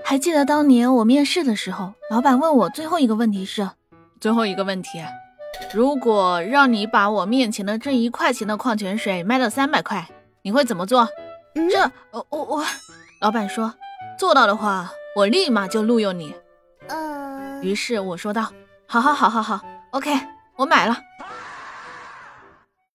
还记得当年我面试的时候，老板问我最后一个问题是，如果让你把我面前的这1块钱的矿泉水卖到300块，你会怎么做？老板说，做到的话，我立马就录用你。于是我说道，好 OK， 我买了。